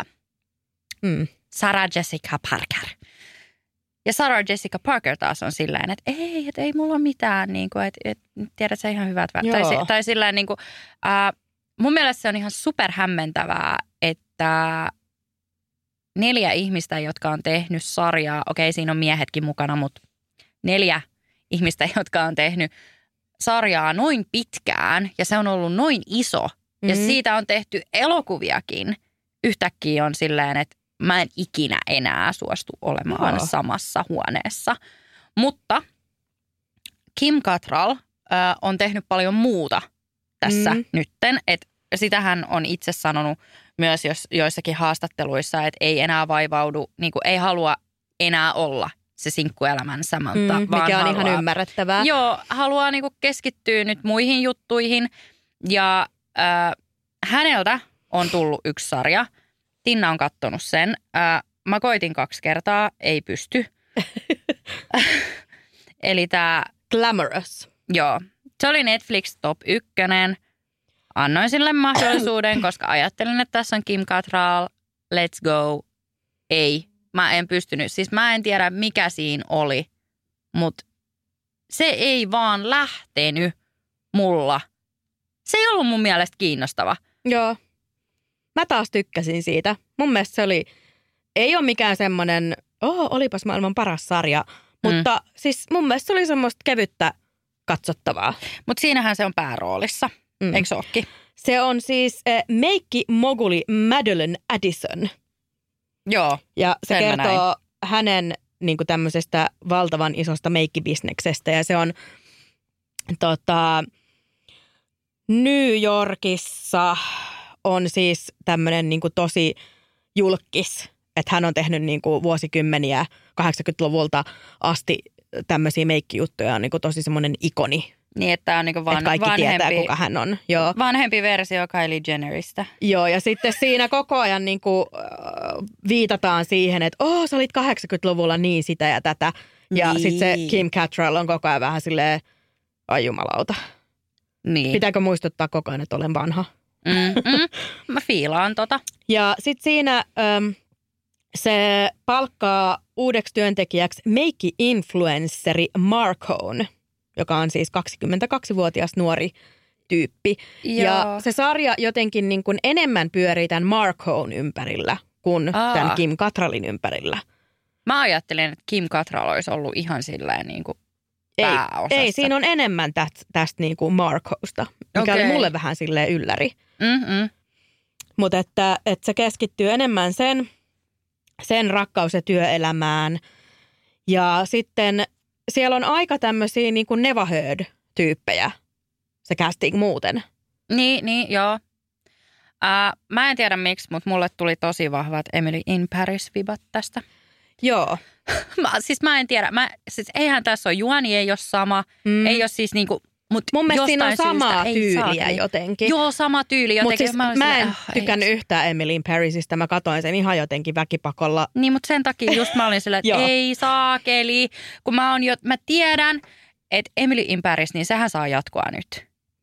Sarah Jessica Parker. Ja Sarah Jessica Parker taas on silleen, että ei mulla ole mitään, niin kuin, että tiedät sä ihan hyvät tai silleen, niin kuin, mun mielestä se on ihan superhämmentävää, että 4 ihmistä, jotka on tehnyt sarjaa, okei siinä on miehetkin mukana, mutta 4 ihmistä, jotka on tehnyt sarjaa noin pitkään ja se on ollut noin iso ja siitä on tehty elokuviakin, yhtäkkiä on silleen, että mä en ikinä enää suostu olemaan samassa huoneessa. Mutta Kim Cattrall on tehnyt paljon muuta tässä nytten. Että sitähän on itse sanonut myös joissakin haastatteluissa, että ei enää vaivaudu, niin kuin ei halua enää olla se sinkkuelämän Samantha. Mikä on ihan ymmärrettävää. Joo, haluaa niin kuin keskittyä nyt muihin juttuihin. Ja häneltä on tullut 1 sarja. Tinna on kattonut sen. Mä koitin 2 kertaa, ei pysty. Eli tää Glamorous. Joo. Se oli Netflix top 1. Annoin sille mahdollisuuden, koska ajattelin, että tässä on Kim Cattrall. Let's go. Ei. Mä en pystynyt. Siis mä en tiedä, mikä siinä oli. Mutta se ei vaan lähtenyt mulla. Se ei ollut mun mielestä kiinnostava. Joo. Mä taas tykkäsin siitä. Mun mielestä se ei ole mikään semmoinen, olipas maailman paras sarja, mutta siis mun mielestä se oli semmoista kevyttä katsottavaa. Mutta siinähän se on pääroolissa, eikö se ookin? Se on siis meikki-moguli Madeline Addison. Joo, ja se kertoo hänen niin kuin tämmöisestä valtavan isosta meikkibisneksestä ja se on New Yorkissa on siis tämmöinen niin kuin tosi julkis, että hän on tehnyt niin kuin vuosikymmeniä 80-luvulta asti tämmöisiä meikkijuttuja, on niin kuin tosi semmoinen ikoni. Niin, että on niin kuin kaikki tietää, kuka hän on. Joo. Vanhempi versio Kylie Jenneristä. Joo, ja sitten siinä koko ajan niin kuin, viitataan siihen, että sä olit 80-luvulla niin sitä ja tätä. Ja sitten se Kim Cattrall on koko ajan vähän silleen, ai jumalauta. Niin. Pitääkö muistuttaa koko ajan, että olen vanha? Mä fiilaan tota. Ja sitten siinä se palkkaa uudeksi työntekijäksi meikki-influensseri Marcone, joka on siis 22-vuotias nuori tyyppi. Ja se sarja jotenkin niin kuin enemmän pyörii tämän Marcone ympärillä kuin tämän Kim Cattrallin ympärillä. Mä ajattelin, että Kim Cattrall olisi ollut ihan silleen niin kuin pääosassa. Ei, siinä on enemmän tästä niin kuin Marcosta, mikä oli mulle vähän silleen ylläri. Mutta että se keskittyy enemmän sen rakkaus- ja työelämään. Ja sitten siellä on aika tämmöisiä niin kuin Never Heard-tyyppejä, se casting muuten. Niin, joo. Mä en tiedä miksi, mutta mulle tuli tosi vahvat Emily in Paris-vibat tästä. Joo. Mä en tiedä. Siis eihän tässä ole, juoni ei ole sama. Ei ole siis niinku, mun mielestä siinä on samaa tyyliä jotenkin. Joo, sama tyyli jotenkin. Mutta siis mä en tykännyt yhtään Emily in Parisista. Mä katsoin sen ihan jotenkin väkipakolla. Niin, mutta sen takia just mä olin sillä, että ei saakeli. Kun mä tiedän, että Emily in Paris, niin sehän saa jatkoa nyt.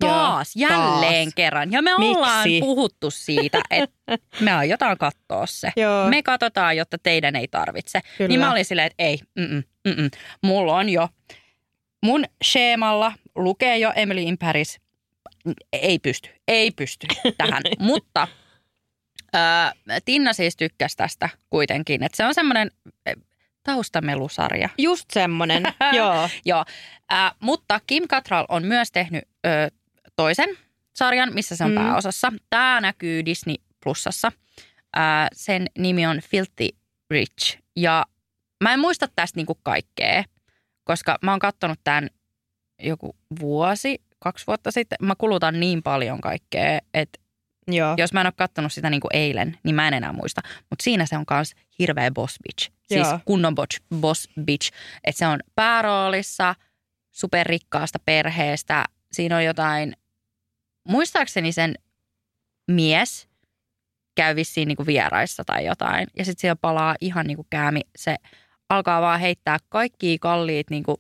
jälleen kerran. Ja me ollaan Miksi? puhuttu siitä, että me aiotaan katsoa se. Joo. Me katsotaan, jotta teidän ei tarvitse. Kyllä. Niin mä olin silleen, että ei, mulla on jo. Mun scheemalla lukee jo Emily in Paris. Ei pysty tähän. Mutta Tinna siis tykkäsi tästä kuitenkin, että se on semmoinen taustamelusarja. Just semmoinen, joo. Joo, mutta Kim Cattrall on myös tehnyt toisen sarjan, missä se on pääosassa. Tämä näkyy Disney Plusassa. Sen nimi on Filthy Rich. Ja mä en muista tästä niinku kaikkea, koska mä oon katsonut tämän joku 2 vuotta sitten. Mä kulutan niin paljon kaikkea, että Joo. jos mä en ole katsonut sitä niinku eilen, niin mä en enää muista. Mutta siinä se on myös hirveä boss bitch. Siis kunnon boss bitch. Että se on pääroolissa superrikkaasta perheestä. Siinä on jotain, muistaakseni sen mies käy vissiin niinku vieraissa tai jotain. Ja sitten siellä palaa ihan niinku käämi. Se alkaa vaan heittää kaikkia kalliit niinku,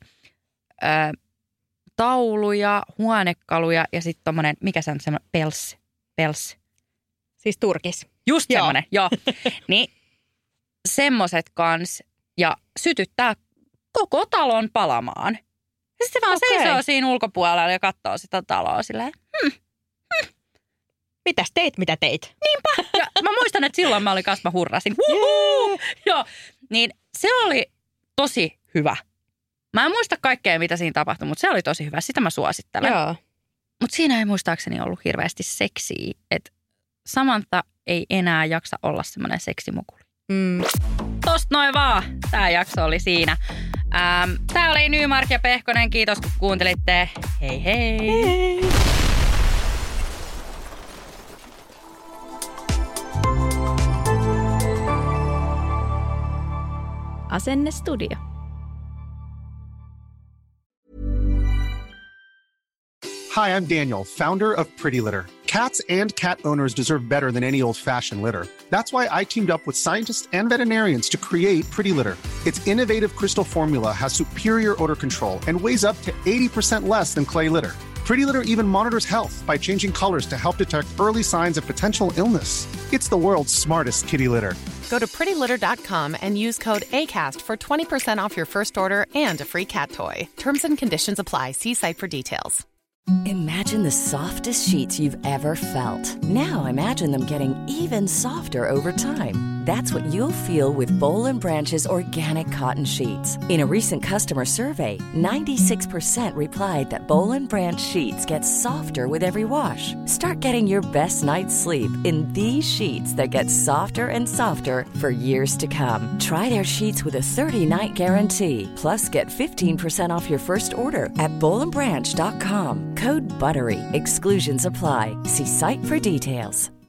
tauluja, huonekaluja ja sitten tommonen, mikä se on semmoinen pels. Siis turkis. Just semmoinen, joo. Niin semmoset kans ja sytyttää koko talon palamaan. Ja sitten se vaan seisoo siinä ulkopuolella ja katsoo sitä taloa silleen, Mitäs teit, mitä teit? Niinpä. Ja mä muistan, että silloin mä hurrasin. Joo. Niin se oli tosi hyvä. Mä en muista kaikkea, mitä siinä tapahtui, mutta se oli tosi hyvä. Sitä mä suosittelen. Joo. Mutta siinä ei muistaakseni ollut hirveästi seksiä. Että Samantha ei enää jaksa olla semmoinen seksimukuli. Tosta noin vaan. Tää jakso oli siinä. Tää oli Nymark ja Pehkonen. Kiitos kun kuuntelitte. Hei hei. Hei. Asenne Studio. Hi, I'm Daniel, founder of Pretty Litter. Cats and cat owners deserve better than any old-fashioned litter. That's why I teamed up with scientists and veterinarians to create Pretty Litter. Its innovative crystal formula has superior odor control and weighs up to 80% less than clay litter. Pretty Litter even monitors health by changing colors to help detect early signs of potential illness. It's the world's smartest kitty litter. Go to prettylitter.com and use code ACAST for 20% off your first order and a free cat toy. Terms and conditions apply. See site for details. Imagine the softest sheets you've ever felt. Now imagine them getting even softer over time. That's what you'll feel with Boll & Branch's organic cotton sheets. In a recent customer survey, 96% replied that Boll & Branch sheets get softer with every wash. Start getting your best night's sleep in these sheets that get softer and softer for years to come. Try their sheets with a 30-night guarantee. Plus, get 15% off your first order at bollandbranch.com. Code BUTTERY. Exclusions apply. See site for details.